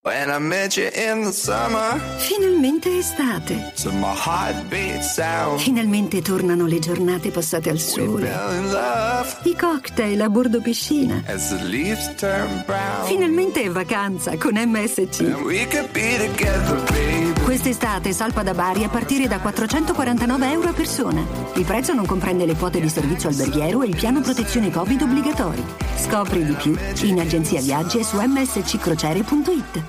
When I met you in the summer, finalmente estate. to my heartbeat sound, Finalmente tornano le giornate passate al we sole. fell in love I cocktail a bordo piscina. as the leaves turn brown. Finalmente è vacanza con MSC. And we could be together, baby. Quest'estate salpa da Bari a partire da €449 a persona. Il prezzo non comprende le quote di servizio alberghiero e il piano protezione Covid obbligatori. Scopri di più in agenzia viaggi e su msccrociere.it.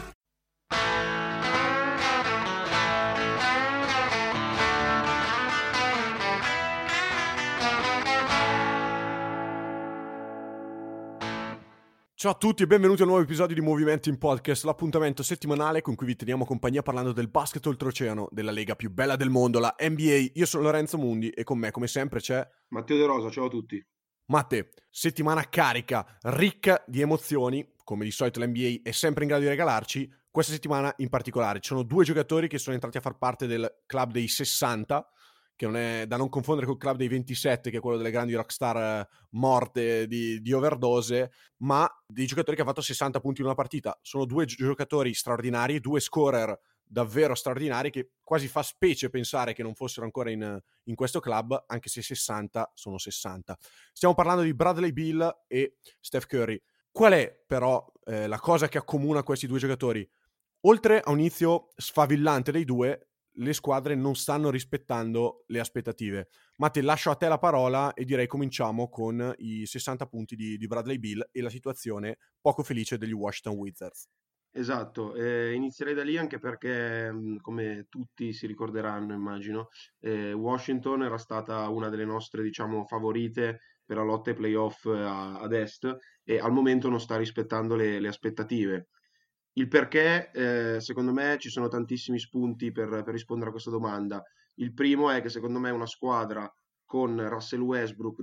Ciao a tutti e benvenuti a un nuovo episodio di Movimenti in Podcast, l'appuntamento settimanale con cui vi teniamo compagnia parlando del basket oltreoceano, della lega più bella del mondo, la NBA. Io sono Lorenzo Mundi e con me, come sempre, c'è Matteo De Rosa, ciao a tutti. Matte. Settimana carica, ricca di emozioni, come di solito l'NBA è sempre in grado di regalarci. Questa settimana in particolare ci sono due giocatori che sono entrati a far parte del club dei 60, che non è da non confondere col club dei 27, che è quello delle grandi rockstar morte di overdose, ma dei giocatori che hanno fatto 60 punti in una partita. Sono due giocatori straordinari, due scorer davvero straordinari, che quasi fa specie pensare che non fossero ancora in questo club, anche se 60 sono 60. Stiamo parlando di Bradley Beal e Steph Curry. Qual è però la cosa che accomuna questi due giocatori? Oltre a un inizio sfavillante dei due, le squadre non stanno rispettando le aspettative. Matte, lascio a te la parola e direi cominciamo con i 60 punti di Bradley Beal e la situazione poco felice degli Washington Wizards. Esatto, inizierei da lì anche perché, come tutti si ricorderanno, immagino, Washington era stata una delle nostre, diciamo, favorite per la lotta ai playoff ad est e al momento non sta rispettando le aspettative. Il perché, secondo me, ci sono tantissimi spunti per rispondere a questa domanda. Il primo è che secondo me una squadra con Russell Westbrook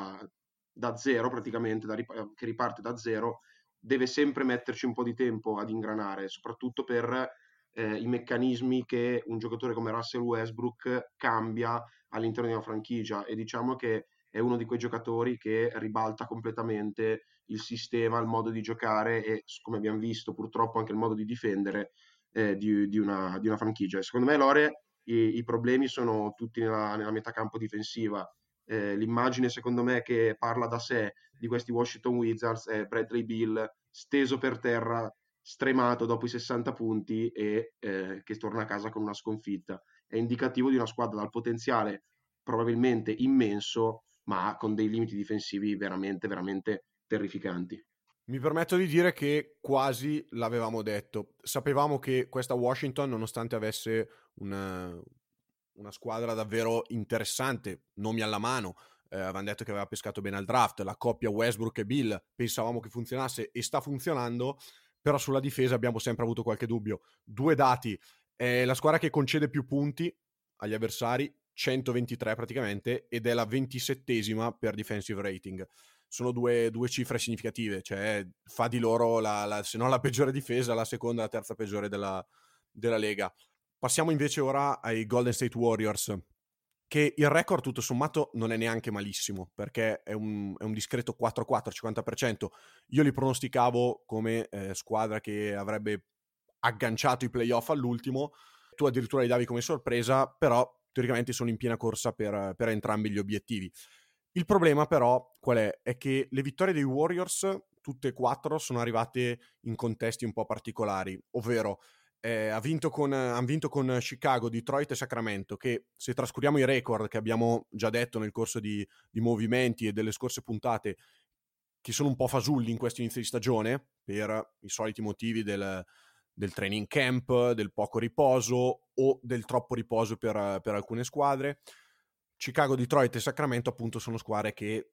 da zero, praticamente, che riparte da zero, deve sempre metterci un po' di tempo ad ingranare, soprattutto per i meccanismi che un giocatore come Russell Westbrook cambia all'interno di una franchigia, e diciamo che è uno di quei giocatori che ribalta completamente il sistema, il modo di giocare e, come abbiamo visto, purtroppo anche il modo di difendere di una franchigia. E secondo me, Lore, i problemi sono tutti nella metà campo difensiva. L'immagine, secondo me, che parla da sé di questi Washington Wizards è Bradley Beal steso per terra, stremato dopo i 60 punti e che torna a casa con una sconfitta. È indicativo di una squadra dal potenziale probabilmente immenso, ma con dei limiti difensivi veramente, veramente terrificanti. Mi permetto di dire che quasi l'avevamo detto. Sapevamo che questa Washington, nonostante avesse una squadra davvero interessante, nomi alla mano, avevano detto che aveva pescato bene al draft, la coppia Westbrook e Bill, pensavamo che funzionasse e sta funzionando, però sulla difesa abbiamo sempre avuto qualche dubbio. Due dati: è la squadra che concede più punti agli avversari, 123 praticamente, ed è la 27esima per defensive rating. Sono due cifre significative, cioè fa di loro se non la peggiore difesa, la seconda e la terza peggiore della Lega. Passiamo invece ora ai Golden State Warriors, che il record tutto sommato non è neanche malissimo, perché è un discreto 4-4, 50%. Io li pronosticavo come squadra che avrebbe agganciato i playoff all'ultimo, tu addirittura li davi come sorpresa, però teoricamente sono in piena corsa per entrambi gli obiettivi. Il problema però qual è? È che le vittorie dei Warriors, tutte e quattro, sono arrivate in contesti un po' particolari, ovvero hanno vinto con Chicago, Detroit e Sacramento, che, se trascuriamo i record che abbiamo già detto nel corso di movimenti e delle scorse puntate, che sono un po' fasulli in questo inizio di stagione per i soliti motivi del training camp, del poco riposo o del troppo riposo per alcune squadre, Chicago, Detroit e Sacramento appunto sono squadre che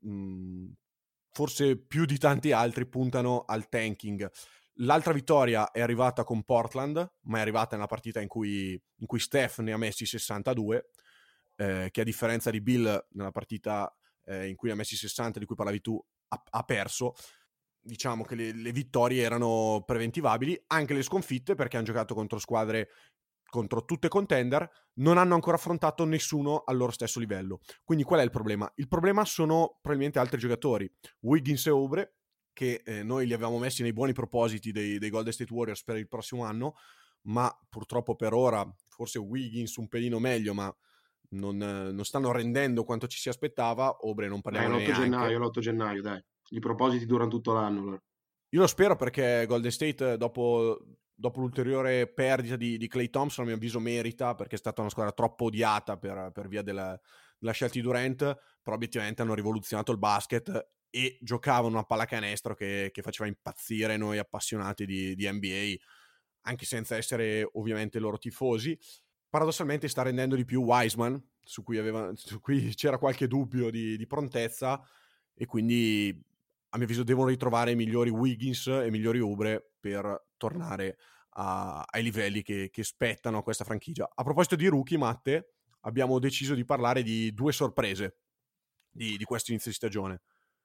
forse più di tanti altri puntano al tanking. L'altra vittoria è arrivata con Portland, ma è arrivata nella partita in cui Steph ne ha messi 62, che a differenza di Bill nella partita in cui ne ha messi 60 di cui parlavi tu ha perso. Diciamo che le vittorie erano preventivabili, anche le sconfitte, perché hanno giocato contro tutte contender, non hanno ancora affrontato nessuno al loro stesso livello. Quindi qual è il problema? Il problema sono probabilmente altri giocatori, Wiggins e Oubre, che noi li avevamo messi nei buoni propositi dei Golden State Warriors per il prossimo anno, ma purtroppo per ora forse Wiggins un pelino meglio, ma non stanno rendendo quanto ci si aspettava. Oubre non parliamo neanche. L'8 gennaio, dai. I propositi durano tutto l'anno. Allora. Io lo spero, perché Golden State dopo l'ulteriore perdita di Klay Thompson, a mio avviso merita, perché è stata una squadra troppo odiata per via della scelta di Durant, però obiettivamente hanno rivoluzionato il basket e giocavano una pallacanestro che faceva impazzire noi appassionati di NBA, anche senza essere ovviamente loro tifosi. Paradossalmente sta rendendo di più Wiseman, su cui c'era qualche dubbio di prontezza, e quindi a mio avviso devono ritrovare migliori Wiggins e migliori Oubre per tornare ai livelli che spettano a questa franchigia. A proposito di rookie, Matte, abbiamo deciso di parlare di 2 sorprese di questo inizio di stagione.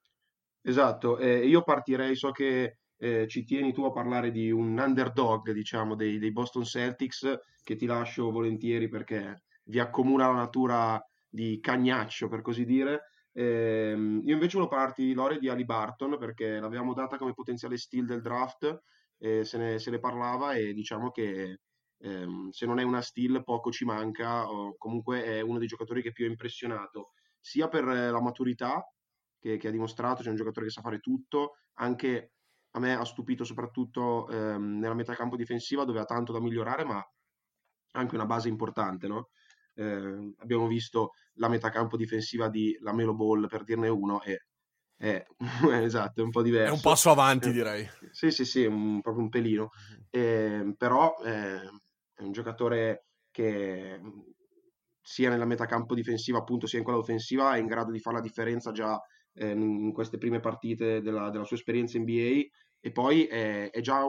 Esatto, io partirei, so che ci tieni tu a parlare di un underdog, diciamo, dei Boston Celtics, che ti lascio volentieri perché vi accomuna la natura di cagnaccio, per così dire. Io invece volevo parlarti, Lore, di Ali Barton, perché l'avevamo data come potenziale steal del draft, se ne parlava, e diciamo che se non è una steal poco ci manca, o comunque è uno dei giocatori che più ha impressionato, sia per la maturità che ha dimostrato, c'è un giocatore che sa fare tutto. Anche a me ha stupito soprattutto nella metà campo difensiva, dove ha tanto da migliorare, ma anche una base importante, no? Abbiamo visto la metà campo difensiva di Lamelo Ball, per dirne uno, e è esatto, è un po' È un diverso. passo avanti, direi. Sì, proprio un pelino. Però è un giocatore che sia nella metà campo difensiva, appunto, sia in quella offensiva è in grado di fare la differenza già in queste prime partite della sua esperienza NBA, e poi è già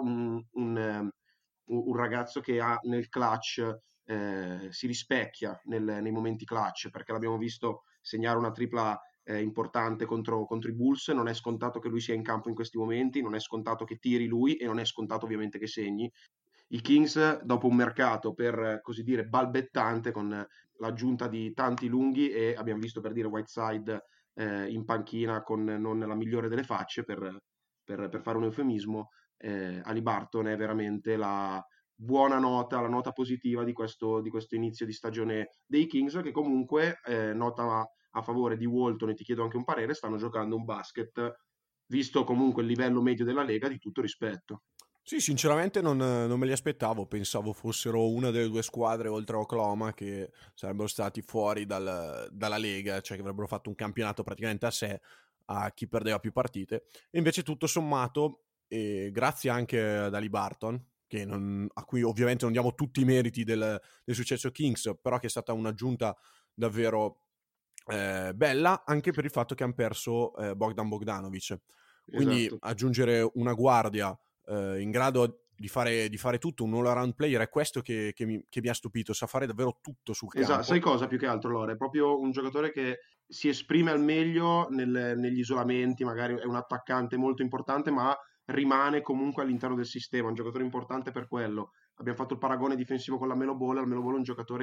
un ragazzo che ha nel clutch, si rispecchia nei momenti clutch, perché l'abbiamo visto segnare una tripla importante contro i Bulls. Non è scontato che lui sia in campo in questi momenti, non è scontato che tiri lui, e non è scontato ovviamente che segni. I Kings, dopo un mercato, per così dire, balbettante, con l'aggiunta di tanti lunghi, e abbiamo visto, per dire, Whiteside in panchina con non la migliore delle facce, per fare un eufemismo, Ali Barton è veramente la buona nota, la nota positiva di questo inizio di stagione dei Kings, che comunque, nota a favore di Walton, e ti chiedo anche un parere, stanno giocando un basket, visto comunque il livello medio della Lega, di tutto rispetto. Sì, sinceramente non me li aspettavo, pensavo fossero una delle 2 squadre oltre a Oklahoma che sarebbero stati fuori dalla Lega, cioè che avrebbero fatto un campionato praticamente a sé, a chi perdeva più partite, e invece tutto sommato, grazie anche ad Ali Barton, a cui ovviamente non diamo tutti i meriti del successo Kings, però che è stata un'aggiunta davvero bella, anche per il fatto che hanno perso Bogdan Bogdanovic, quindi Esatto. aggiungere una guardia in grado di fare tutto, un all-around player, è questo che mi ha stupito, sa fare davvero tutto sul Esatto, campo. sai cosa più che altro, Lore? È proprio un giocatore che si esprime al meglio negli isolamenti, magari è un attaccante molto importante, ma rimane comunque all'interno del sistema, un giocatore importante per quello. Abbiamo fatto il paragone difensivo con la Melo Ball è un giocatore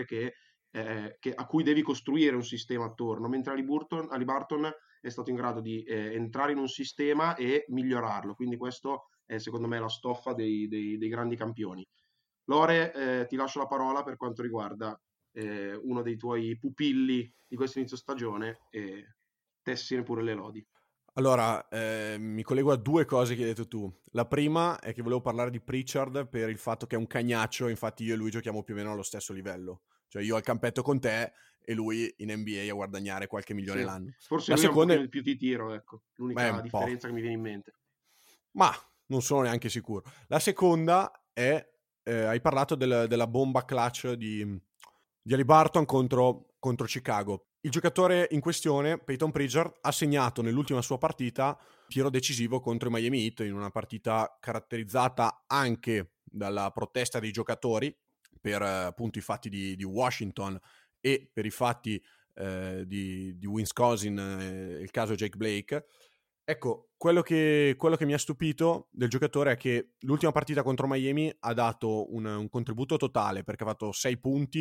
a cui devi costruire un sistema attorno, mentre Ali Barton è stato in grado di entrare in un sistema e migliorarlo, quindi questo è secondo me la stoffa dei grandi campioni. Lore, ti lascio la parola per quanto riguarda uno dei tuoi pupilli di questo inizio stagione, e tessine pure le lodi. Allora, mi collego a 2 cose che hai detto tu. La prima è che volevo parlare di Pritchard per il fatto che è un cagnaccio, infatti io e lui giochiamo più o meno allo stesso livello. Cioè io al campetto con te e lui in NBA a guadagnare qualche milione Sì. l'anno. Forse La lui ha un seconda pochino più di tiro, ecco, l'unica un po'. differenza che mi viene in mente. Ma non sono neanche sicuro. La seconda è, hai parlato della bomba clutch di Ali Barton contro Chicago. Il giocatore in questione, Peyton Pritchard, ha segnato nell'ultima sua partita tiro decisivo contro i Miami Heat, in una partita caratterizzata anche dalla protesta dei giocatori per appunto i fatti di Washington e per i fatti di Wisconsin, il caso Jake Blake. Ecco, quello che mi ha stupito del giocatore è che l'ultima partita contro Miami ha dato un contributo totale, perché ha fatto 6 punti,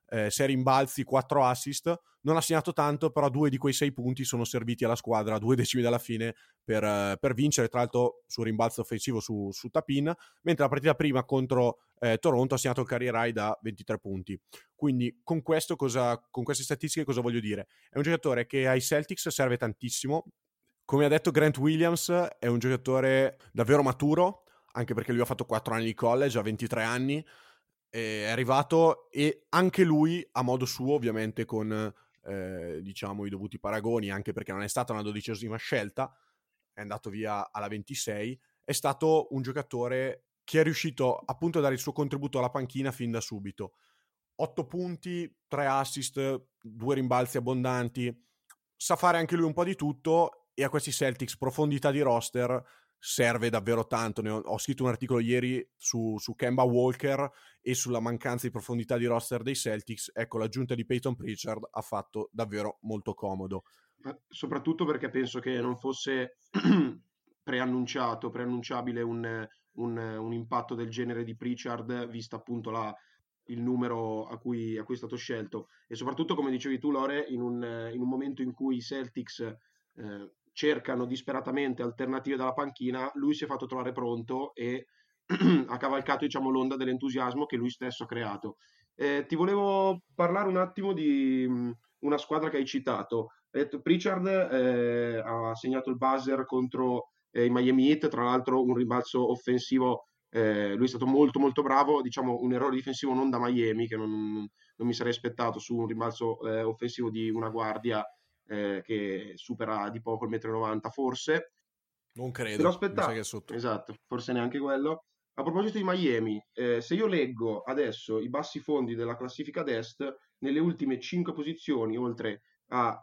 6 rimbalzi, 4 assist, non ha segnato tanto, però 2 di quei 6 punti sono serviti alla squadra a 2 decimi dalla fine per vincere, tra l'altro su rimbalzo offensivo su Tapin, mentre la partita prima contro Toronto ha segnato il career high da 23 punti. Quindi con queste statistiche cosa voglio dire? È un giocatore che ai Celtics serve tantissimo. Come ha detto Grant Williams, è un giocatore davvero maturo, anche perché lui ha fatto 4 anni di college, ha 23 anni, è arrivato e anche lui a modo suo, ovviamente con diciamo i dovuti paragoni, anche perché non è stata una 12ª scelta, è andato via alla 26, è stato un giocatore che è riuscito appunto a dare il suo contributo alla panchina fin da subito. 8 punti, 3 assist, 2 rimbalzi abbondanti, sa fare anche lui un po' di tutto, e a questi Celtics profondità di roster serve davvero tanto. Ho scritto un articolo ieri su Kemba Walker e sulla mancanza di profondità di roster dei Celtics. Ecco, l'aggiunta di Peyton Pritchard ha fatto davvero molto comodo. Soprattutto perché penso che non fosse preannunciabile un impatto del genere di Pritchard, vista appunto il numero a cui è stato scelto, e soprattutto, come dicevi tu, Lore, in un momento in cui i Celtics cercano disperatamente alternative dalla panchina, lui si è fatto trovare pronto e ha cavalcato, diciamo, l'onda dell'entusiasmo che lui stesso ha creato. Ti volevo parlare un attimo di una squadra che hai citato. Pritchard ha segnato il buzzer contro i Miami Heat, tra l'altro un rimbalzo offensivo, lui è stato molto molto bravo, diciamo un errore difensivo non da Miami, che non mi sarei aspettato su un rimbalzo offensivo di una guardia che supera di poco il 1,90 m forse. Non credo, Me lo mi sa aspettavo, che è sotto. esatto, forse neanche quello. A proposito di Miami, se io leggo adesso i bassi fondi della classifica d'Est, nelle ultime 5 posizioni, oltre a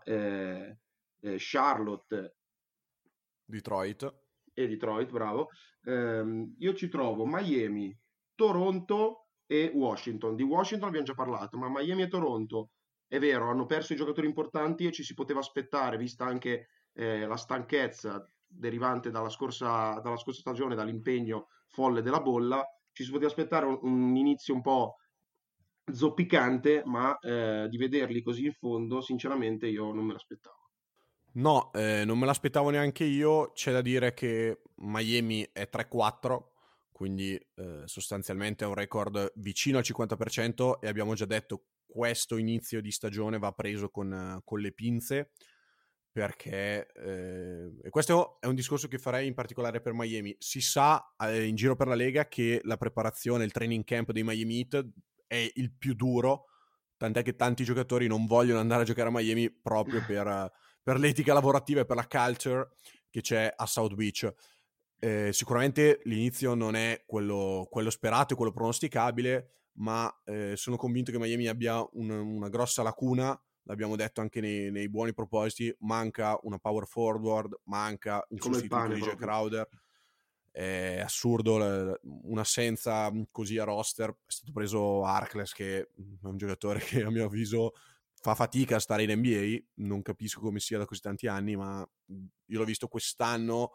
Charlotte Detroit e Detroit, bravo, io ci trovo Miami, Toronto e Washington. Di Washington abbiamo già parlato, ma Miami e Toronto, è vero, hanno perso i giocatori importanti e ci si poteva aspettare, vista anche la stanchezza derivante dalla scorsa stagione, dall'impegno folle della bolla, ci si poteva aspettare un inizio un po' zoppicante, ma di vederli così in fondo, sinceramente io non me l'aspettavo. No, non me l'aspettavo neanche io. C'è da dire che Miami è 3-4, quindi sostanzialmente è un record vicino al 50%, e abbiamo già detto questo inizio di stagione va preso con le pinze, perché e questo è un discorso che farei in particolare per Miami. Si sa in giro per la Lega che la preparazione, il training camp dei Miami Heat è il più duro, tant'è che tanti giocatori non vogliono andare a giocare a Miami proprio per l'etica lavorativa e per la culture che c'è a South Beach. Sicuramente l'inizio non è quello sperato e quello pronosticabile, ma sono convinto che Miami abbia una grossa lacuna. L'abbiamo detto anche nei buoni propositi: manca una power forward, manca un Come il sostituto pane di Jae proprio. Crowder. È assurdo un'assenza così a roster. È stato preso Harkless, che è un giocatore che a mio avviso fa fatica a stare in NBA, non capisco come sia da così tanti anni, ma io l'ho visto quest'anno,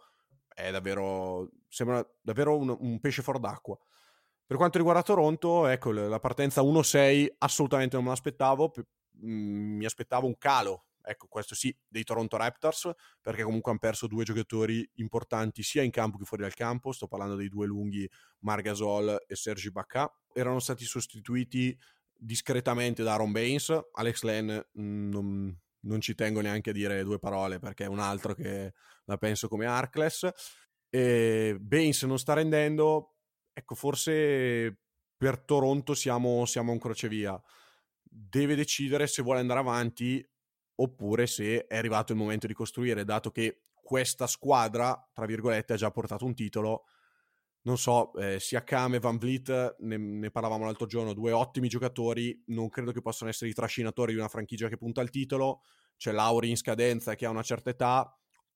sembra davvero un pesce fuor d'acqua. Per quanto riguarda Toronto, ecco, la partenza 1-6 assolutamente non me l'aspettavo, mi aspettavo un calo, ecco, questo sì, dei Toronto Raptors, perché comunque hanno perso 2 giocatori importanti sia in campo che fuori dal campo. Sto parlando dei 2 lunghi Marc Gasol e Serge Ibaka. Erano stati sostituiti discretamente da Aaron Baines. Alex Len non ci tengo neanche a dire 2 parole, perché è un altro che la penso come Harkless, e Baines non sta rendendo. Ecco, forse per Toronto siamo un crocevia. Deve decidere se vuole andare avanti oppure se è arrivato il momento di costruire, dato che questa squadra, tra virgolette, ha già portato un titolo. Non so, sia Cam e Van Vliet, ne parlavamo l'altro giorno, 2 ottimi giocatori, non credo che possano essere i trascinatori di una franchigia che punta al titolo. C'è Lauri in scadenza che ha una certa età.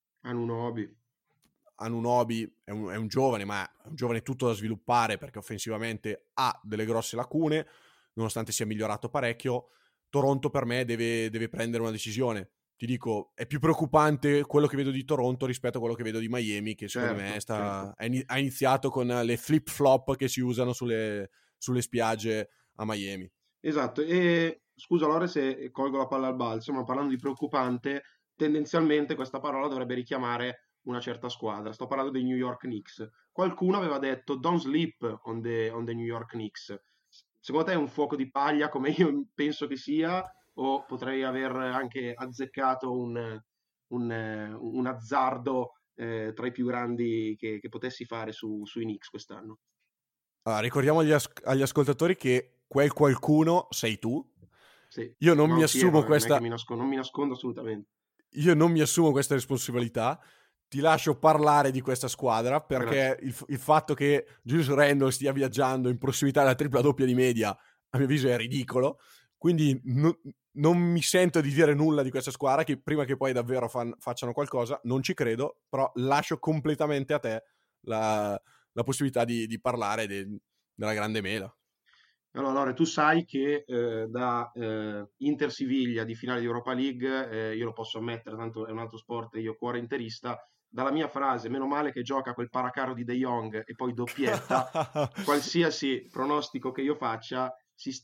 Anunoby è un giovane, ma è un giovane tutto da sviluppare, perché offensivamente ha delle grosse lacune, nonostante sia migliorato parecchio. Toronto per me deve prendere una decisione. Ti dico, è più preoccupante quello che vedo di Toronto rispetto a quello che vedo di Miami, che secondo me ha iniziato con le flip-flop che si usano sulle spiagge a Miami. Esatto, e scusa Lore se colgo la palla al balzo, ma parlando di preoccupante, tendenzialmente questa parola dovrebbe richiamare una certa squadra. Sto parlando dei New York Knicks. Qualcuno aveva detto don't sleep on the New York Knicks. Secondo te è un fuoco di paglia come io penso che sia, o potrei aver anche azzeccato un azzardo tra i più grandi che potessi fare sui Knicks quest'anno? Allora, ricordiamo agli ascoltatori che quel qualcuno sei tu. Sì, Io non mi ma sì, assumo non è che questa, non mi nascondo assolutamente. io non mi assumo questa responsabilità. Ti lascio parlare di questa squadra Grazie. perché il fatto che Julius Randle stia viaggiando in prossimità della tripla doppia di media, a mio avviso, è ridicolo. Quindi non mi sento di dire nulla di questa squadra, che prima che poi davvero facciano qualcosa, non ci credo, però lascio completamente a te la possibilità di parlare della grande mela. Allora, Lore, tu sai che da Inter Siviglia di finale di Europa League, io lo posso ammettere, tanto è un altro sport e io cuore interista, dalla mia frase, meno male che gioca quel paracarro di De Jong e poi doppietta, qualsiasi pronostico che io faccia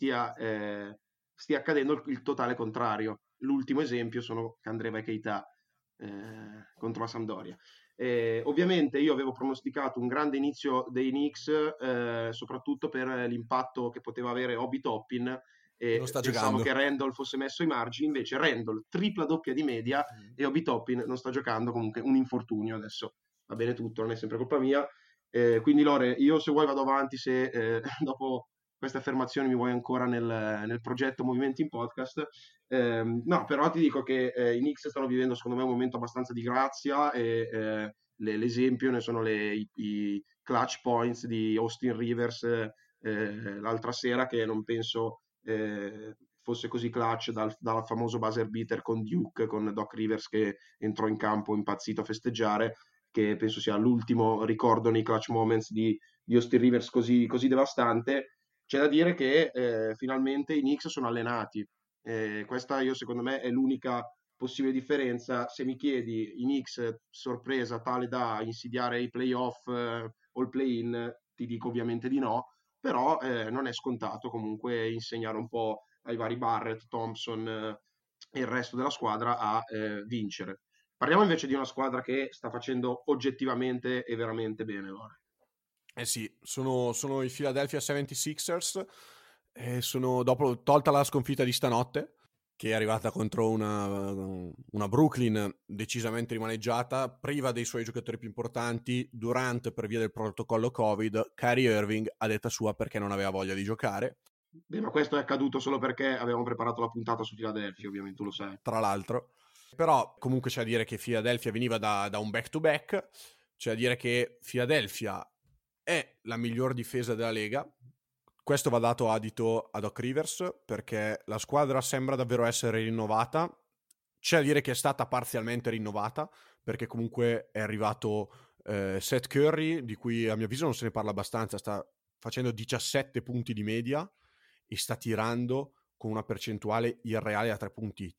stia accadendo il totale contrario. L'ultimo esempio sono Candreva e Keita contro la Sampdoria. Ovviamente io avevo pronosticato un grande inizio dei Knicks, soprattutto per l'impatto che poteva avere Obi Toppin, Che non e sta pensavo che giocando. Randall fosse messo ai margini, invece Randall tripla doppia di media e Obi Toppin non sta giocando, comunque un infortunio adesso. Va bene tutto, non è sempre colpa mia. Quindi Lore, io se vuoi vado avanti, se dopo queste affermazioni mi vuoi ancora nel progetto Movimenti in Podcast. No, però ti dico che i Knicks stanno vivendo secondo me un momento abbastanza di grazia e l'esempio ne sono i clutch points di Austin Rivers l'altra sera, che non penso fosse così clutch dal famoso buzzer beater con Duke, con Doc Rivers che entrò in campo impazzito a festeggiare, che penso sia l'ultimo ricordo nei clutch moments di Austin Rivers così devastante. C'è da dire che finalmente i Knicks sono allenati. Questa io secondo me è l'unica possibile differenza. Se mi chiedi i Knicks sorpresa tale da insidiare i playoff o il play-in, ti dico ovviamente di no, però non è scontato comunque insegnare un po' ai vari Barrett, Thompson e il resto della squadra a vincere. Parliamo invece di una squadra che sta facendo oggettivamente e veramente bene, Lore. Eh sì, sono i Philadelphia 76ers, dopo, tolta la sconfitta di stanotte, che è arrivata contro una Brooklyn decisamente rimaneggiata, priva dei suoi giocatori più importanti. Durant, per via del protocollo Covid, Kyrie Irving a detta sua perché non aveva voglia di giocare, Beh, ma questo è accaduto solo perché avevamo preparato la puntata su Philadelphia, ovviamente, tu lo sai. tra l'altro. Però comunque c'è da dire che Philadelphia veniva da un back-to-back, c'è da dire che Philadelphia è la miglior difesa della Lega. Questo va dato adito a Doc Rivers perché la squadra sembra davvero essere rinnovata. C'è da dire che è stata parzialmente rinnovata perché comunque è arrivato Seth Curry, di cui a mio avviso non se ne parla abbastanza, sta facendo 17 punti di media e sta tirando con una percentuale irreale a 3 punti,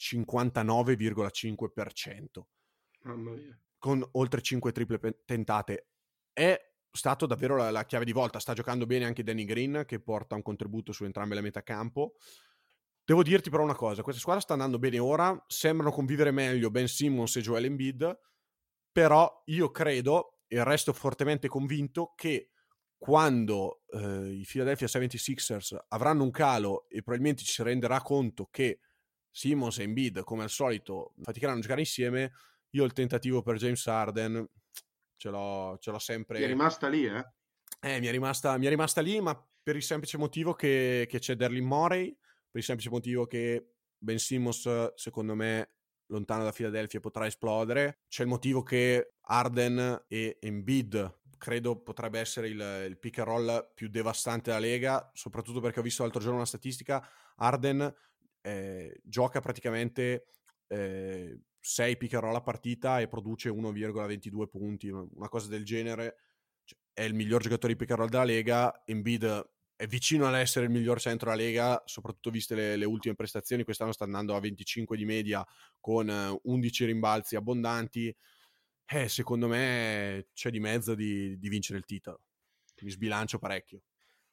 59,5%, Mamma mia. con oltre 5 triple tentate. È stato davvero la chiave di volta. Sta giocando bene anche Danny Green, che porta un contributo su entrambe le metacampo. Devo dirti però una cosa, questa squadra sta andando bene ora, sembrano convivere meglio Ben Simmons e Joel Embiid, però io credo, e resto fortemente convinto, che quando i Philadelphia 76ers avranno un calo e probabilmente ci si renderà conto che Simmons e Embiid, come al solito, faticheranno a giocare insieme, io il tentativo per James Harden ce l'ho sempre. Ti è rimasta lì, eh? Mi è rimasta lì, ma per il semplice motivo che c'è Derlin Morey, per il semplice motivo che Ben Simmons, secondo me, lontano da Philadelphia potrà esplodere. C'è il motivo che Harden e Embiid credo potrebbe essere il pick and roll più devastante della Lega, soprattutto perché ho visto l'altro giorno una statistica. Harden gioca praticamente 6 pick and roll a partita e produce 1,22 punti, una cosa del genere. È il miglior giocatore di pick and roll della Lega. Embiid è vicino ad essere il miglior centro della Lega, soprattutto viste le ultime prestazioni. Quest'anno sta andando a 25 di media con 11 rimbalzi abbondanti. Secondo me c'è di mezzo di vincere il titolo. Mi sbilancio parecchio.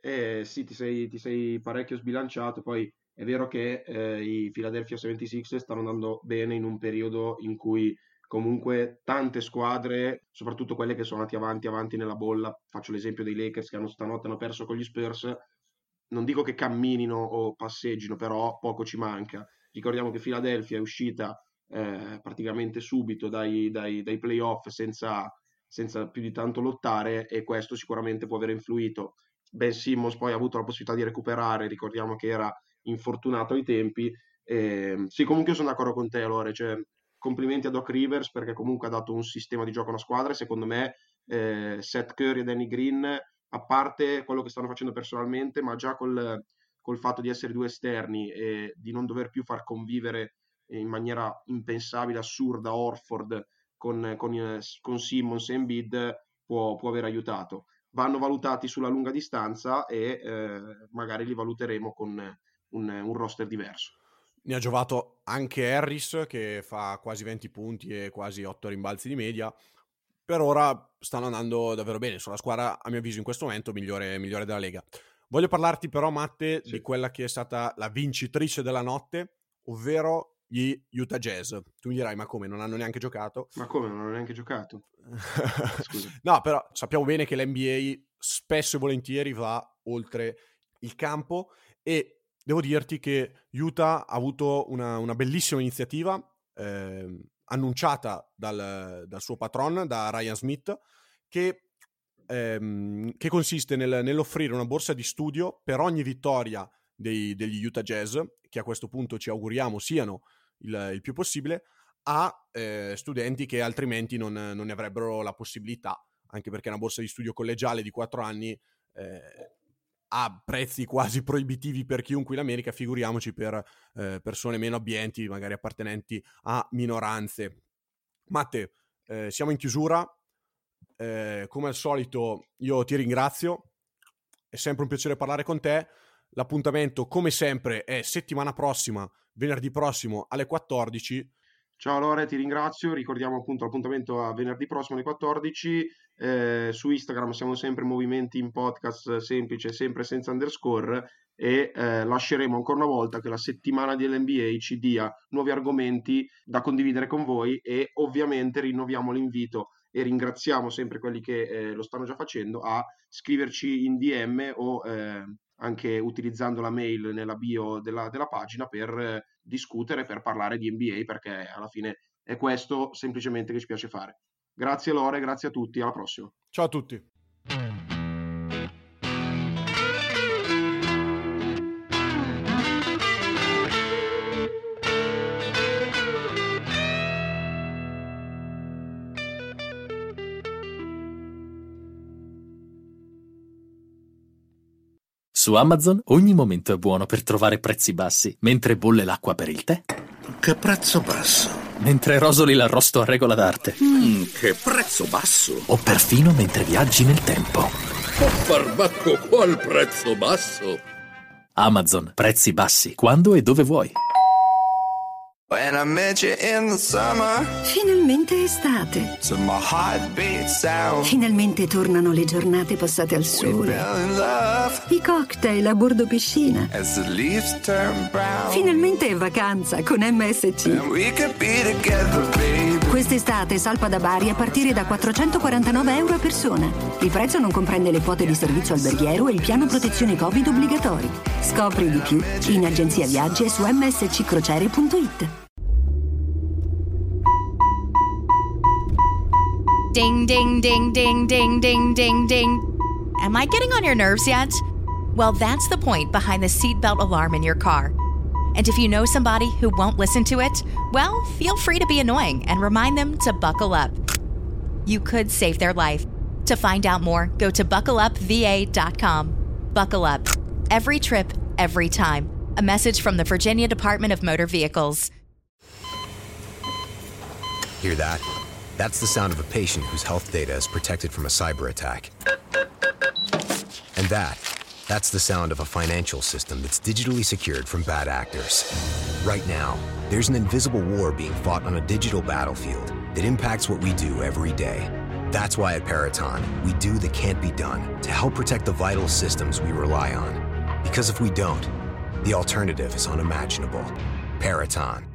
Sì, ti sei parecchio sbilanciato. Poi è vero che i Philadelphia 76ers stanno andando bene in un periodo in cui comunque tante squadre, soprattutto quelle che sono andate avanti nella bolla, faccio l'esempio dei Lakers che stanotte hanno perso con gli Spurs, non dico che camminino o passeggino, però poco ci manca. Ricordiamo che Philadelphia è uscita praticamente subito dai playoff senza più di tanto lottare, e questo sicuramente può aver influito. Ben Simmons poi ha avuto la possibilità di recuperare, ricordiamo che era infortunato ai tempi. Sì, comunque sono d'accordo con te, Lore, cioè, complimenti a Doc Rivers perché comunque ha dato un sistema di gioco a una squadra, e secondo me Seth Curry e Danny Green, a parte quello che stanno facendo personalmente, ma già col fatto di essere due esterni e di non dover più far convivere in maniera impensabile, assurda, Horford con Simmons e Embiid, può aver aiutato. Vanno valutati sulla lunga distanza e magari li valuteremo con un roster diverso. Ne ha giovato anche Harris, che fa quasi 20 punti e quasi 8 rimbalzi di media. Per ora stanno andando davvero bene, sono la squadra, a mio avviso, in questo momento migliore della Lega. Voglio parlarti però, Matte, di quella che è stata la vincitrice della notte, ovvero gli Utah Jazz. Tu mi dirai, ma come, non hanno neanche giocato? Ma come, non hanno neanche giocato? Scusa. No, però sappiamo bene che l'NBA spesso e volentieri va oltre il campo, e devo dirti che Utah ha avuto una bellissima iniziativa annunciata dal suo patron, da Ryan Smith, che consiste nell'offrire una borsa di studio per ogni vittoria degli Utah Jazz, che a questo punto ci auguriamo siano il più possibile, a studenti che altrimenti non ne avrebbero la possibilità, anche perché una borsa di studio collegiale di 4 anni ha prezzi quasi proibitivi per chiunque in America, figuriamoci per persone meno abbienti, magari appartenenti a minoranze. Matte, siamo in chiusura, come al solito io ti ringrazio, è sempre un piacere parlare con te. L'appuntamento, come sempre, è settimana prossima, venerdì prossimo alle 14. Ciao Lore, ti ringrazio. Ricordiamo appunto l'appuntamento a venerdì prossimo alle 14. Su Instagram siamo sempre Movimenti in Podcast, semplice, sempre senza underscore, e lasceremo ancora una volta che la settimana dell'NBA ci dia nuovi argomenti da condividere con voi, e ovviamente rinnoviamo l'invito e ringraziamo sempre quelli che lo stanno già facendo a scriverci in DM o anche utilizzando la mail nella bio della pagina per discutere, per parlare di NBA, perché alla fine è questo semplicemente che ci piace fare. Grazie Lore, grazie a tutti, alla prossima. Ciao a tutti. Su Amazon ogni momento è buono per trovare prezzi bassi, mentre bolle l'acqua per il tè. Che prezzo basso! Mentre rosoli l'arrosto a regola d'arte. Che prezzo basso! O perfino mentre viaggi nel tempo. Oh, farbacco, qual prezzo basso! Amazon, prezzi bassi, quando e dove vuoi. When I met you in the summer, Finalmente estate. to my heartbeat sound, Finalmente tornano le giornate passate al we sole. fell in love I cocktail a bordo piscina. as the leaves turn brown. Finalmente è vacanza con MSC. And we could be together, baby. Quest'estate salpa da Bari a partire da €449 a persona. Il prezzo non comprende le quote di servizio alberghiero e il piano protezione Covid obbligatori. Scopri di più in agenzia viaggi e su msccrociere.it. Ding, ding, ding, ding, ding, ding, ding, ding. Am I getting on your nerves yet? Well, that's the point behind the seatbelt alarm in your car. And if you know somebody who won't listen to it, well, feel free to be annoying and remind them to buckle up. You could save their life. To find out more, go to buckleupva.com. Buckle up. Every trip, every time. A message from the Virginia Department of Motor Vehicles. Hear that? That's the sound of a patient whose health data is protected from a cyber attack. And that's the sound of a financial system that's digitally secured from bad actors. Right now, there's an invisible war being fought on a digital battlefield that impacts what we do every day. That's why at Peraton, we do the can't be done to help protect the vital systems we rely on. Because if we don't, the alternative is unimaginable. Peraton,